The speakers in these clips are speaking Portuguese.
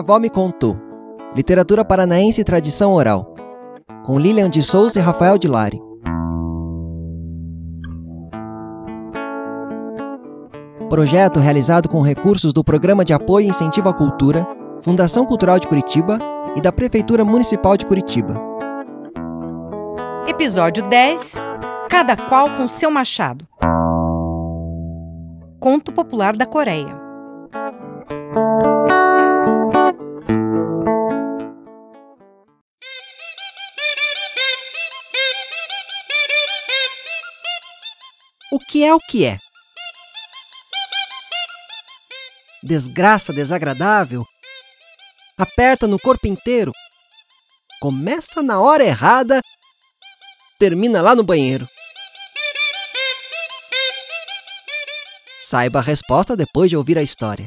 avó me contou. Literatura paranaense e tradição oral. Com Lilian de Souza e Rafael de Lari. Projeto realizado com recursos do Programa de Apoio e Incentivo à Cultura, Fundação Cultural de Curitiba e da Prefeitura Municipal de Curitiba. Episódio 10. Cada qual com seu machado. Conto popular da Coreia. O que é o que é? Desgraça desagradável? Aperta no corpo inteiro? Começa na hora errada, termina lá no banheiro. Saiba a resposta depois de ouvir a história.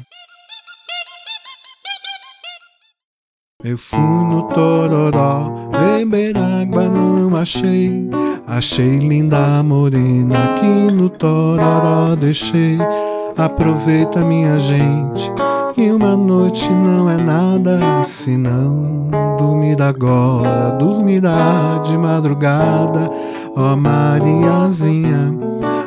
Eu fui no Tororó, beber água não achei. Achei linda morena aqui no Tororó deixei. Aproveita minha gente, que uma noite não é nada. Se não dormir agora, dormirá de madrugada. Ó Mariazinha,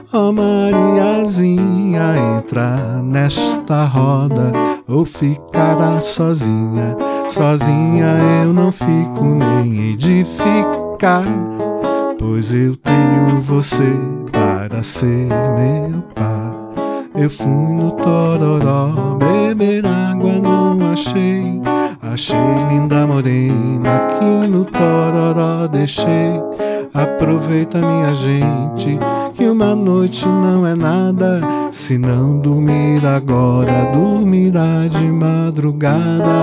entra nesta roda ou ficará sozinha. Sozinha eu não fico, nem hei de ficar, pois eu tenho você para ser meu par. Eu fui no Tororó, beber água não achei. Achei linda morena aqui no Tororó deixei. Aproveita minha gente, que uma noite não é nada. Se não dormir agora, dormirá de madrugada.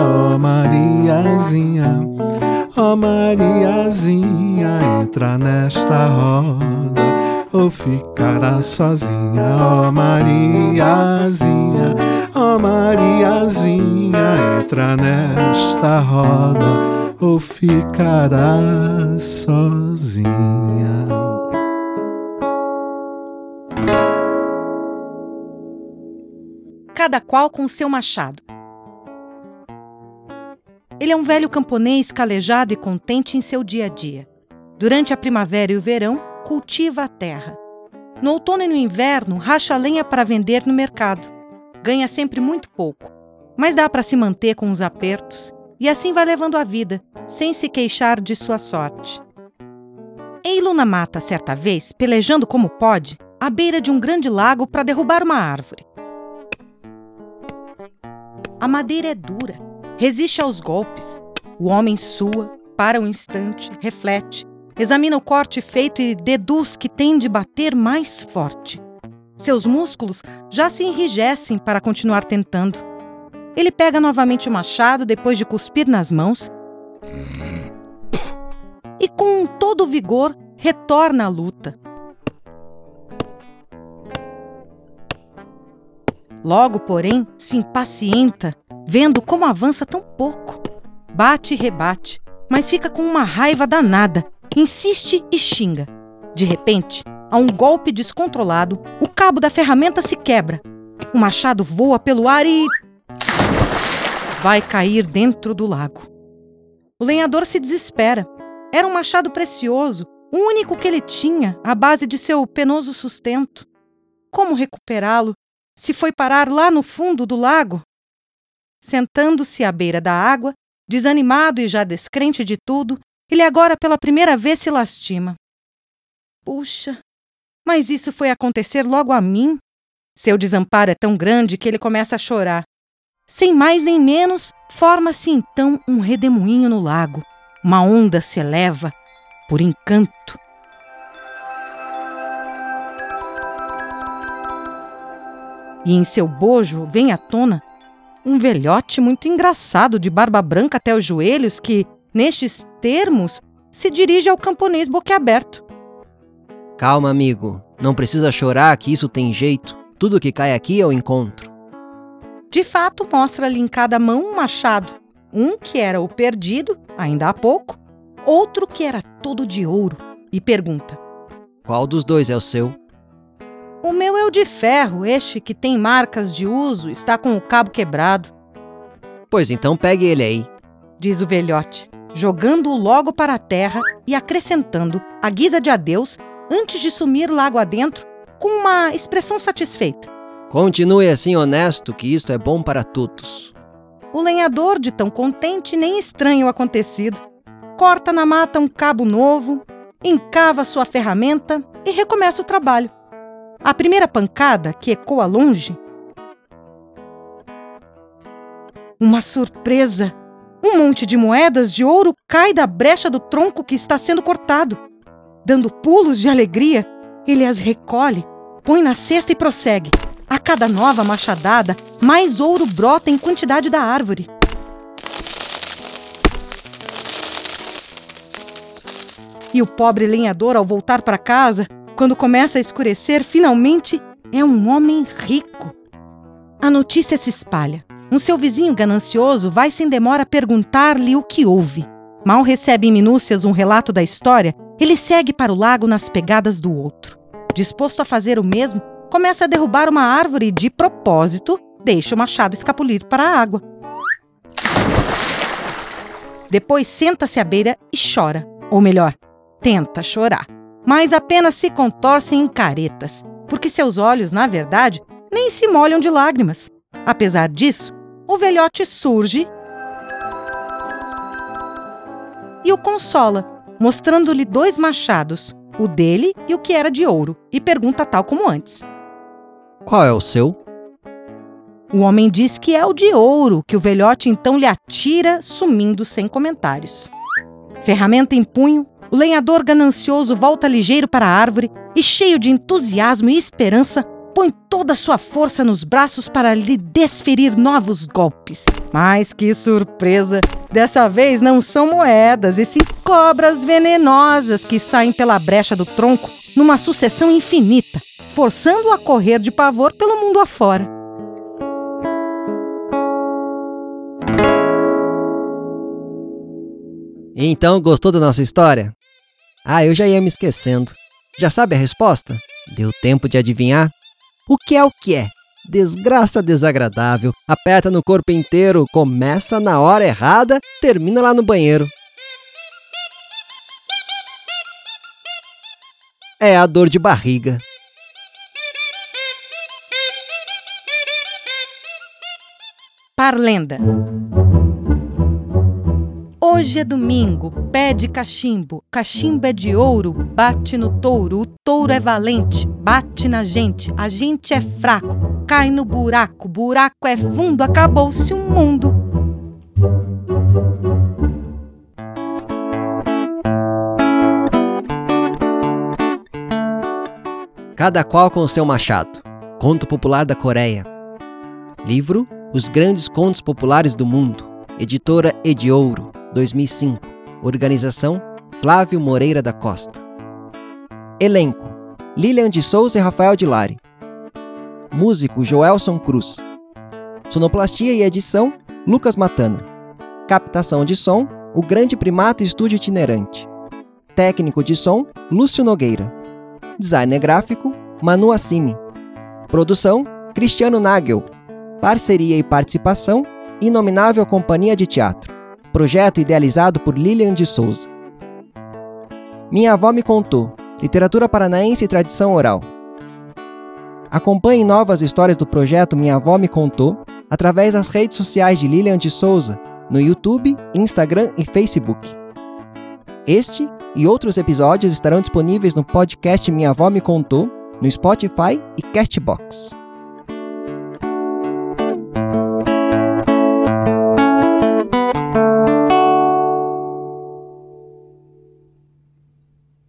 Ó Mariazinha, entra nesta roda ou ficará sozinha. Ó Mariazinha, entra nesta roda ou ficará sozinha. Cada qual com seu machado. Ele é um velho camponês calejado e contente em seu dia a dia. Durante a primavera e o verão, cultiva a terra. No outono e no inverno, racha lenha para vender no mercado. Ganha sempre muito pouco, mas dá para se manter com os apertos e assim vai levando a vida, sem se queixar de sua sorte. Ei-lo na mata, certa vez, pelejando como pode, à beira de um grande lago para derrubar uma árvore. A madeira é dura, resiste aos golpes. O homem sua, para um instante, reflete, examina o corte feito e deduz que tem de bater mais forte. Seus músculos já se enrijecem para continuar tentando. Ele pega novamente o machado depois de cuspir nas mãos e, com todo o vigor, retorna à luta. Logo, porém, se impacienta, vendo como avança tão pouco. Bate e rebate, mas fica com uma raiva danada. Insiste e xinga. De repente, a um golpe descontrolado, o cabo da ferramenta se quebra. O machado voa pelo ar e vai cair dentro do lago. O lenhador se desespera. Era um machado precioso, o único que ele tinha, à base de seu penoso sustento. Como recuperá-lo, se foi parar lá no fundo do lago? Sentando-se à beira da água, desanimado e já descrente de tudo, ele agora pela primeira vez se lastima. Puxa, mas isso foi acontecer logo a mim? Seu desamparo é tão grande que ele começa a chorar. Sem mais nem menos, forma-se então um redemoinho no lago. Uma onda se eleva, por encanto. E em seu bojo vem à tona um velhote muito engraçado de barba branca até os joelhos que, nestes termos, se dirige ao camponês boquiaberto. Calma, amigo. Não precisa chorar que isso tem jeito. Tudo que cai aqui é o encontro. De fato, mostra-lhe em cada mão um machado. Um que era o perdido, ainda há pouco, outro que era todo de ouro, e pergunta: Qual dos dois é o seu? O meu é o de ferro, este que tem marcas de uso, está com o cabo quebrado. Pois então pegue ele aí, diz o velhote, jogando-o logo para a terra e acrescentando, à guisa de adeus, antes de sumir lá água adentro, com uma expressão satisfeita. Continue assim honesto, que isto é bom para todos. O lenhador, de tão contente, nem estranha o acontecido. Corta na mata um cabo novo, encava sua ferramenta e recomeça o trabalho. A primeira pancada, que ecoa longe... Uma surpresa! Um monte de moedas de ouro cai da brecha do tronco que está sendo cortado. Dando pulos de alegria, ele as recolhe, põe na cesta e prossegue. A cada nova machadada, mais ouro brota em quantidade da árvore. E o pobre lenhador, ao voltar para casa, quando começa a escurecer, finalmente é um homem rico. A notícia se espalha. Um seu vizinho ganancioso vai sem demora perguntar-lhe o que houve. Mal recebe em minúcias um relato da história, ele segue para o lago nas pegadas do outro. Disposto a fazer o mesmo, começa a derrubar uma árvore e, de propósito, deixa o machado escapulir para a água. Depois senta-se à beira e chora. Ou melhor, tenta chorar. Mas apenas se contorcem em caretas, porque seus olhos, na verdade, nem se molham de lágrimas. Apesar disso, o velhote surge e o consola, mostrando-lhe 2 machados, o dele e o que era de ouro, e pergunta tal como antes. Qual é o seu? O homem diz que é o de ouro, que o velhote então lhe atira, sumindo sem comentários. Ferramenta em punho, o lenhador ganancioso volta ligeiro para a árvore e, cheio de entusiasmo e esperança, põe toda a sua força nos braços para lhe desferir novos golpes. Mas que surpresa! Dessa vez não são moedas, e sim cobras venenosas que saem pela brecha do tronco numa sucessão infinita, forçando-o a correr de pavor pelo mundo afora. Então, gostou da nossa história? Eu já ia me esquecendo. Já sabe a resposta? Deu tempo de adivinhar? O que é o que é? Desgraça desagradável, aperta no corpo inteiro, começa na hora errada, termina lá no banheiro. É a dor de barriga. Parlenda. Hoje é domingo, pé de cachimbo, cachimbo é de ouro, bate no touro, o touro é valente, bate na gente, a gente é fraco, cai no buraco, buraco é fundo, acabou-se o mundo. Cada qual com o seu machado. Conto popular da Coreia. Livro Os Grandes Contos Populares do Mundo. Editora Ediouro, 2005. Organização Flávio Moreira da Costa. Elenco: Lilian de Souza e Rafael de Lari. Músico: Joelson Cruz. Sonoplastia e edição: Lucas Matana. Captação de som: O Grande Primato Estúdio Itinerante. Técnico de som: Lúcio Nogueira. Designer gráfico: Manu Assini. Produção: Cristiano Nagel. Parceria e participação: Inominável Companhia de Teatro. Projeto idealizado por Lilian de Souza. Minha Avó Me Contou. Literatura paranaense e tradição oral. Acompanhe novas histórias do projeto Minha Avó Me Contou através das redes sociais de Lilian de Souza, no YouTube, Instagram e Facebook. Este e outros episódios estarão disponíveis no podcast Minha Avó Me Contou, no Spotify e Castbox.